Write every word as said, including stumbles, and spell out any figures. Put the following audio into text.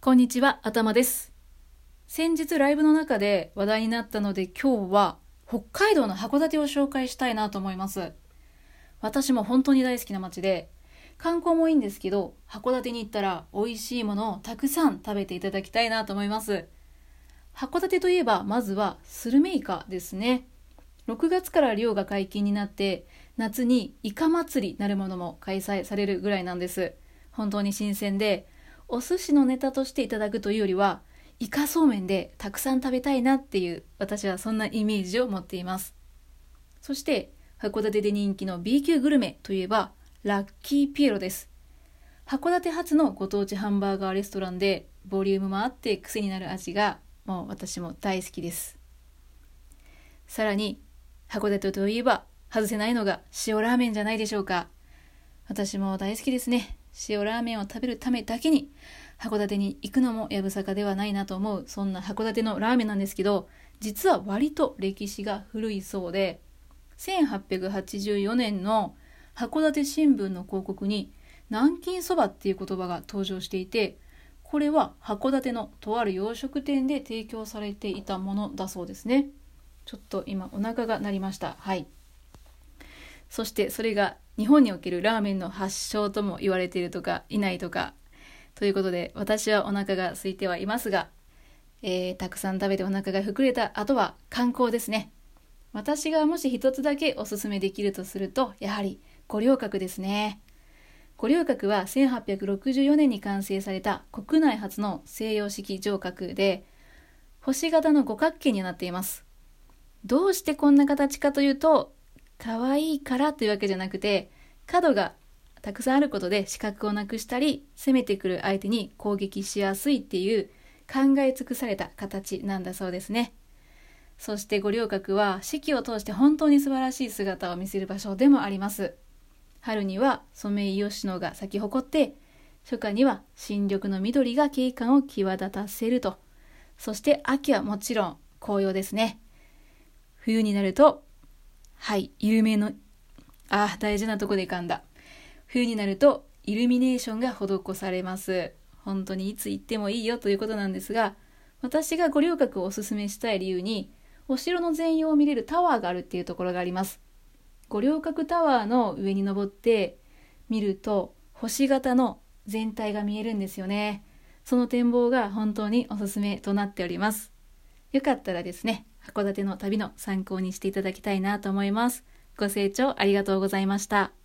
こんにちは、頭です。先日ライブの中で話題になったので、今日は北海道の函館を紹介したいなと思います。私も本当に大好きな街で、観光もいいんですけど、函館に行ったら美味しいものをたくさん食べていただきたいなと思います。函館といえば、まずはスルメイカですね。ろくがつから漁が解禁になって、夏にイカ祭りなるものも開催されるぐらいなんです。本当に新鮮で、お寿司のネタとしていただくというよりは、イカそうめんでたくさん食べたいなっていう、私はそんなイメージを持っています。そして函館で人気の B 級グルメといえばラッキーピエロです。函館発のご当地ハンバーガーレストランで、ボリュームもあって癖になる味がもう私も大好きです。さらに函館といえば外せないのが塩ラーメンじゃないでしょうか。私も大好きですね。塩ラーメンを食べるためだけに函館に行くのもやぶさかではないなと思う、そんな函館のラーメンなんですけど、実は割と歴史が古いそうで、せんはっぴゃくはちじゅうよねんの函館新聞の広告に南京そばっていう言葉が登場していて、これは函館のとある洋食店で提供されていたものだそうですね。ちょっと今お腹が鳴りました。はい。そしてそれが日本におけるラーメンの発祥とも言われているとかいないとかということで、私はお腹が空いてはいますが、えー、たくさん食べてお腹が膨れた後は観光ですね。私がもし一つだけおすすめできるとすると、やはり五稜郭ですね。五稜郭はせんはっぴゃくろくじゅうよねんに完成された国内初の西洋式城郭で、星型の五角形になっています。どうしてこんな形かというと、可愛いからというわけじゃなくて、角がたくさんあることで視覚をなくしたり、攻めてくる相手に攻撃しやすいっていう考え尽くされた形なんだそうですね。そして五稜郭は四季を通して本当に素晴らしい姿を見せる場所でもあります。春にはソメイヨシノが咲き誇って、初夏には新緑の緑が景観を際立たせると。そして秋はもちろん紅葉ですね。冬になると、はい、有名の、あ、大事なとこで噛んだ。冬になるとイルミネーションが施されます。本当にいつ行ってもいいよということなんですが、私が五稜郭をおすすめしたい理由に、お城の全容を見れるタワーがあるっていうところがあります。五稜郭タワーの上に登って見ると、星型の全体が見えるんですよね。その展望が本当におすすめとなっております。よかったらですね、函館の旅の参考にしていただきたいなと思います。ご清聴ありがとうございました。